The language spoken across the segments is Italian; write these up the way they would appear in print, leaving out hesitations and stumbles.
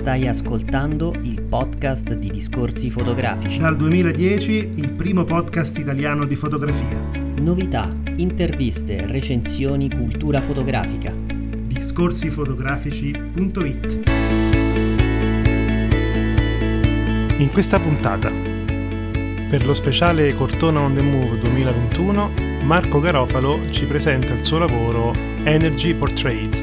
Stai ascoltando il podcast di Discorsi Fotografici. Dal 2010 il primo podcast italiano di fotografia. Novità, interviste, recensioni, cultura fotografica. Discorsifotografici.it. In questa puntata, per lo speciale Cortona on the Move 2021, Marco Garofalo ci presenta il suo lavoro Energy Portraits.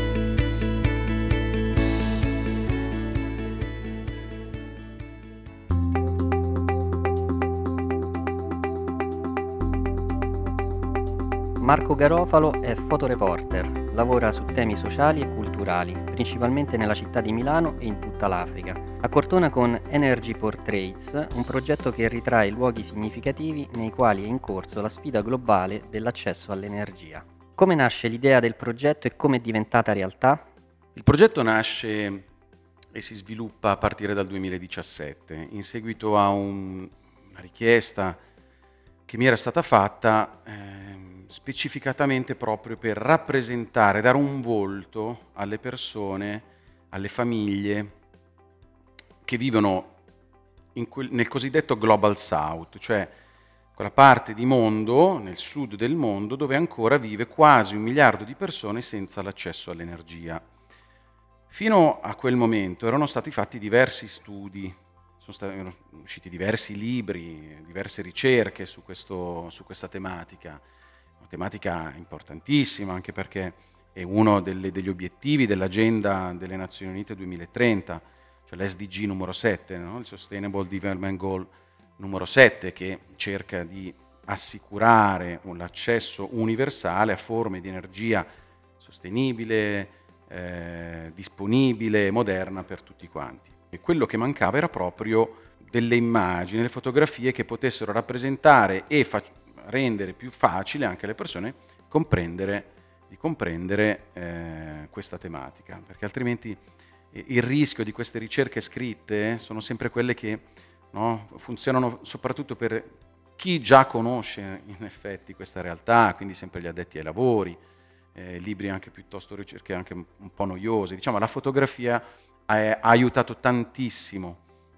Marco Garofalo è fotoreporter, lavora su temi sociali e culturali, principalmente nella città di Milano e in tutta l'Africa. A Cortona con Energy Portraits, un progetto che ritrae luoghi significativi nei quali è in corso la sfida globale dell'accesso all'energia. Come nasce l'idea del progetto e come è diventata realtà? Il progetto nasce e si sviluppa a partire dal 2017, in seguito a una richiesta che mi era stata fatta specificatamente proprio per rappresentare, dare un volto alle persone, alle famiglie che vivono nel cosiddetto Global South, cioè quella parte di mondo, nel sud del mondo, dove ancora vive quasi 1 miliardo di persone senza l'accesso all'energia. Fino a quel momento erano stati fatti diversi studi, erano usciti diversi libri, diverse ricerche su questa tematica. Una tematica importantissima, anche perché è uno degli obiettivi dell'agenda delle Nazioni Unite 2030, cioè l'SDG numero 7, no? Il Sustainable Development Goal numero 7, che cerca di assicurare l'accesso universale a forme di energia sostenibile, disponibile, moderna per tutti quanti. E quello che mancava era proprio delle immagini, delle fotografie che potessero rappresentare e rendere più facile anche alle persone di comprendere questa tematica, perché altrimenti il rischio di queste ricerche scritte sono sempre quelle che funzionano soprattutto per chi già conosce in effetti questa realtà, quindi sempre gli addetti ai lavori, libri anche piuttosto ricerche anche un po' noiose. Diciamo, la fotografia ha aiutato tantissimo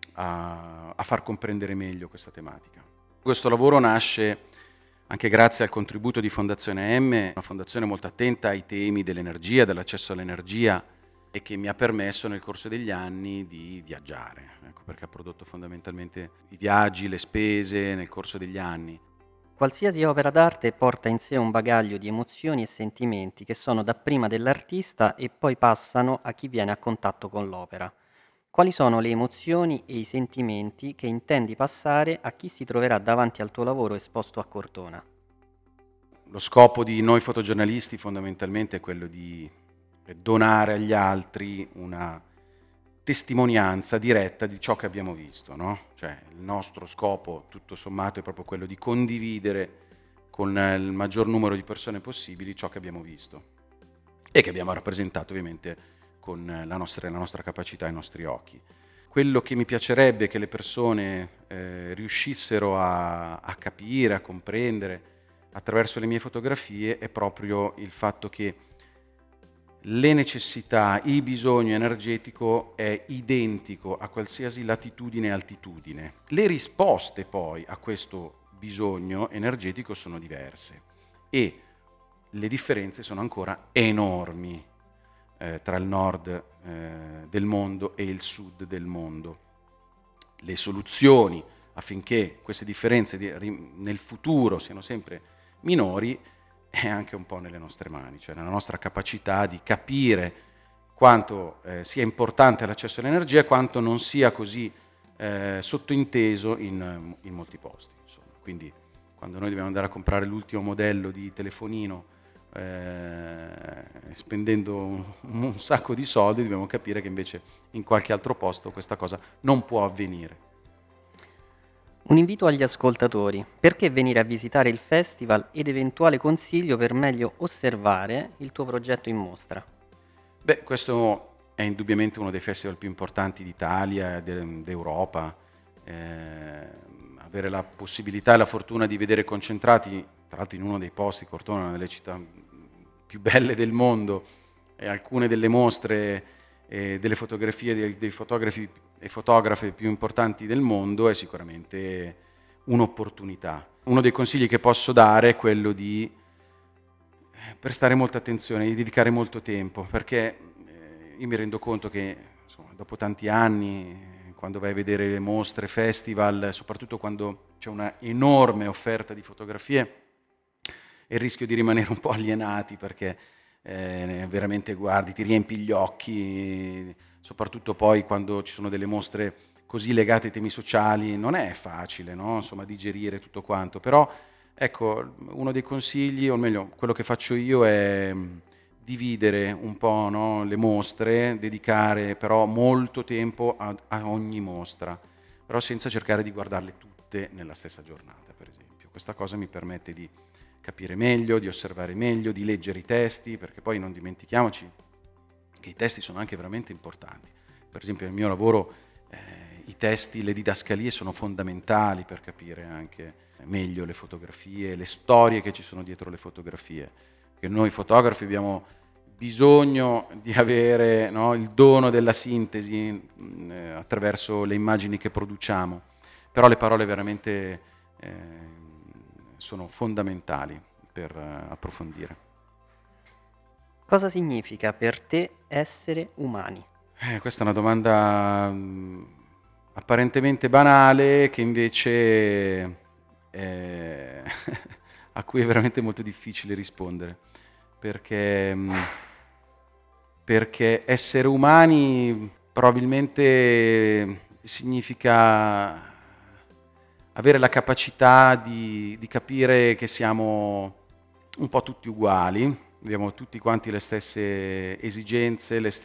a far comprendere meglio questa tematica. Questo lavoro nasce anche grazie al contributo di Fondazione M, una fondazione molto attenta ai temi dell'energia, dell'accesso all'energia, e che mi ha permesso nel corso degli anni di viaggiare. Ecco perché ha prodotto fondamentalmente i viaggi, le spese nel corso degli anni. Qualsiasi opera d'arte porta in sé un bagaglio di emozioni e sentimenti che sono dapprima dell'artista e poi passano a chi viene a contatto con l'opera. Quali sono le emozioni e i sentimenti che intendi passare a chi si troverà davanti al tuo lavoro esposto a Cortona? Lo scopo di noi fotogiornalisti fondamentalmente è quello di donare agli altri una testimonianza diretta di ciò che abbiamo visto, no? Cioè il nostro scopo tutto sommato è proprio quello di condividere con il maggior numero di persone possibili ciò che abbiamo visto e che abbiamo rappresentato ovviamente con la nostra capacità, i nostri occhi. Quello che mi piacerebbe che le persone riuscissero a capire, a comprendere attraverso le mie fotografie è proprio il fatto che le necessità, il bisogno energetico è identico a qualsiasi latitudine e altitudine. Le risposte poi a questo bisogno energetico sono diverse e le differenze sono ancora enormi tra il nord del mondo e il sud del mondo. Le soluzioni affinché queste differenze nel futuro siano sempre minori è anche un po' nelle nostre mani, cioè nella nostra capacità di capire quanto sia importante l'accesso all'energia e quanto non sia così sottointeso in molti posti. Insomma. Quindi quando noi dobbiamo andare a comprare l'ultimo modello di telefonino spendendo un sacco di soldi, dobbiamo capire che invece in qualche altro posto questa cosa non può avvenire. Un invito agli ascoltatori: perché venire a visitare il festival ed eventuale consiglio per meglio osservare il tuo progetto in mostra? Beh, questo è indubbiamente uno dei festival più importanti d'Italia, d'Europa. Avere la possibilità e la fortuna di vedere concentrati, tra l'altro in uno dei posti, Cortona, una delle città più belle del mondo, e alcune delle mostre delle fotografie dei fotografi e fotografe più importanti del mondo è sicuramente un'opportunità. Uno dei consigli che posso dare è quello di prestare molta attenzione, di dedicare molto tempo, perché io mi rendo conto che insomma, dopo tanti anni, quando vai a vedere mostre, festival, soprattutto quando c'è una enorme offerta di fotografie, il rischio di rimanere un po' alienati perché veramente guardi, ti riempi gli occhi, soprattutto poi quando ci sono delle mostre così legate ai temi sociali, non è facile, no? Insomma, digerire tutto quanto, però ecco, uno dei consigli, o meglio, quello che faccio io è dividere un po', no, le mostre, dedicare però molto tempo a ogni mostra, però senza cercare di guardarle tutte nella stessa giornata, per esempio. Questa cosa mi permette di capire meglio, di osservare meglio, di leggere i testi, perché poi non dimentichiamoci che i testi sono anche veramente importanti. Per esempio nel mio lavoro i testi, le didascalie sono fondamentali per capire anche meglio le fotografie, le storie che ci sono dietro le fotografie. Che noi fotografi abbiamo bisogno di avere, no, il dono della sintesi attraverso le immagini che produciamo, però le parole veramente sono fondamentali per approfondire. Cosa significa per te essere umani? Questa è una domanda apparentemente banale che invece a cui è veramente molto difficile rispondere, perché essere umani probabilmente significa avere la capacità di capire che siamo un po' tutti uguali, abbiamo tutti quanti le stesse esigenze, gli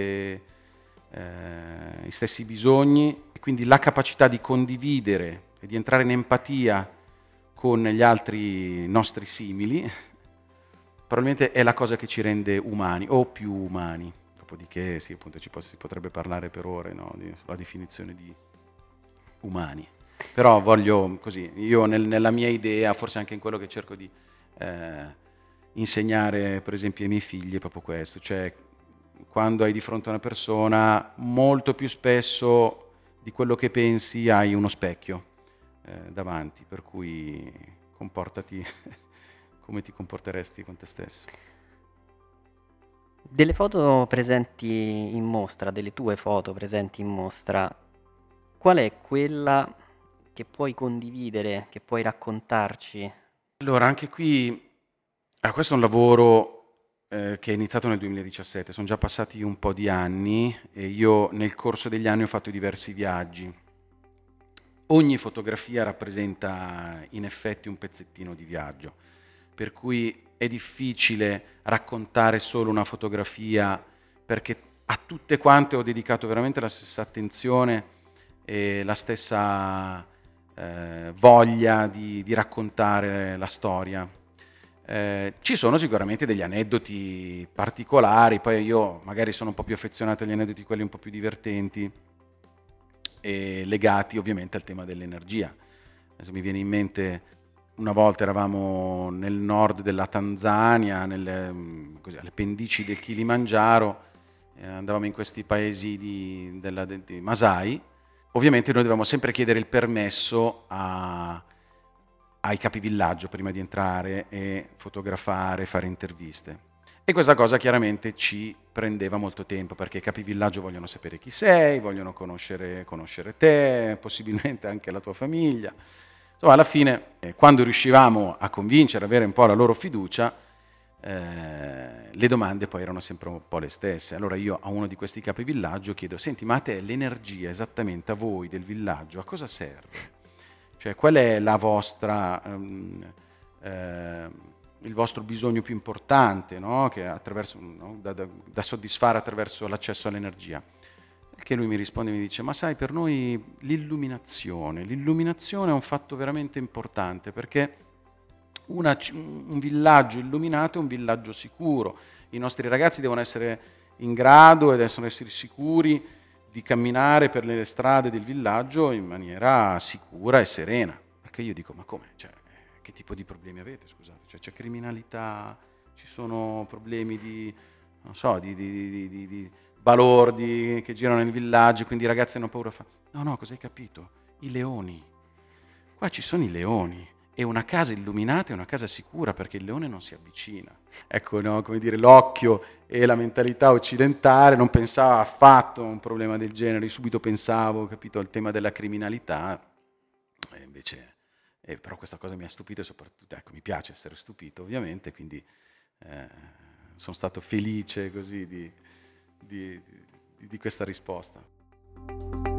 stessi bisogni, e quindi la capacità di condividere e di entrare in empatia con gli altri nostri simili, probabilmente è la cosa che ci rende umani o più umani. Dopodiché sì, appunto si potrebbe parlare per ore, no, sulla definizione di umani. Però voglio così, io nella mia idea, forse anche in quello che cerco di insegnare per esempio ai miei figli è proprio questo, cioè quando hai di fronte a una persona molto più spesso di quello che pensi hai uno specchio davanti, per cui comportati come ti comporteresti con te stesso. Delle foto presenti in mostra, delle tue foto presenti in mostra, qual è quella che puoi condividere, che puoi raccontarci? Allora, anche qui, questo è un lavoro che è iniziato nel 2017, sono già passati un po' di anni e io nel corso degli anni ho fatto diversi viaggi. Ogni fotografia rappresenta in effetti un pezzettino di viaggio, per cui è difficile raccontare solo una fotografia perché a tutte quante ho dedicato veramente la stessa attenzione e la stessa voglia di raccontare la storia. Ci sono sicuramente degli aneddoti particolari, poi io magari sono un po' più affezionato agli aneddoti, quelli un po' più divertenti, e legati ovviamente al tema dell'energia. Adesso mi viene in mente, una volta eravamo nel nord della Tanzania, alle pendici del Kilimangiaro, andavamo in questi paesi di Masai. Ovviamente noi dovevamo sempre chiedere il permesso ai capivillaggio prima di entrare e fotografare, fare interviste. E questa cosa chiaramente ci prendeva molto tempo, perché i capivillaggio vogliono sapere chi sei, vogliono conoscere te, possibilmente anche la tua famiglia. Insomma, alla fine, quando riuscivamo a convincere, avere un po' la loro fiducia, le domande poi erano sempre un po' le stesse. Allora io a uno di questi capivillaggio chiedo: senti, ma a te l'energia esattamente a voi del villaggio a cosa serve? Cioè, qual è la vostra, il vostro bisogno più importante, no? Che no? Da soddisfare attraverso l'accesso all'energia? Che lui mi risponde e mi dice: ma sai, per noi l'illuminazione è un fatto veramente importante, perché un villaggio illuminato è un villaggio sicuro. I nostri ragazzi devono essere in grado e devono essere sicuri di camminare per le strade del villaggio in maniera sicura e serena. Perché io dico: ma come? Cioè, che tipo di problemi avete? Scusate, cioè, c'è criminalità, ci sono problemi di balordi che girano nel villaggio, quindi i ragazzi hanno paura. No, cosa hai capito? I leoni. Qua ci sono i leoni. E una casa illuminata è una casa sicura perché il leone non si avvicina. Ecco, no, come dire, l'occhio e la mentalità occidentale non pensava affatto a un problema del genere. Io subito pensavo, capito, al tema della criminalità. E invece, però questa cosa mi ha stupito e soprattutto, ecco, mi piace essere stupito ovviamente, quindi sono stato felice così di questa risposta.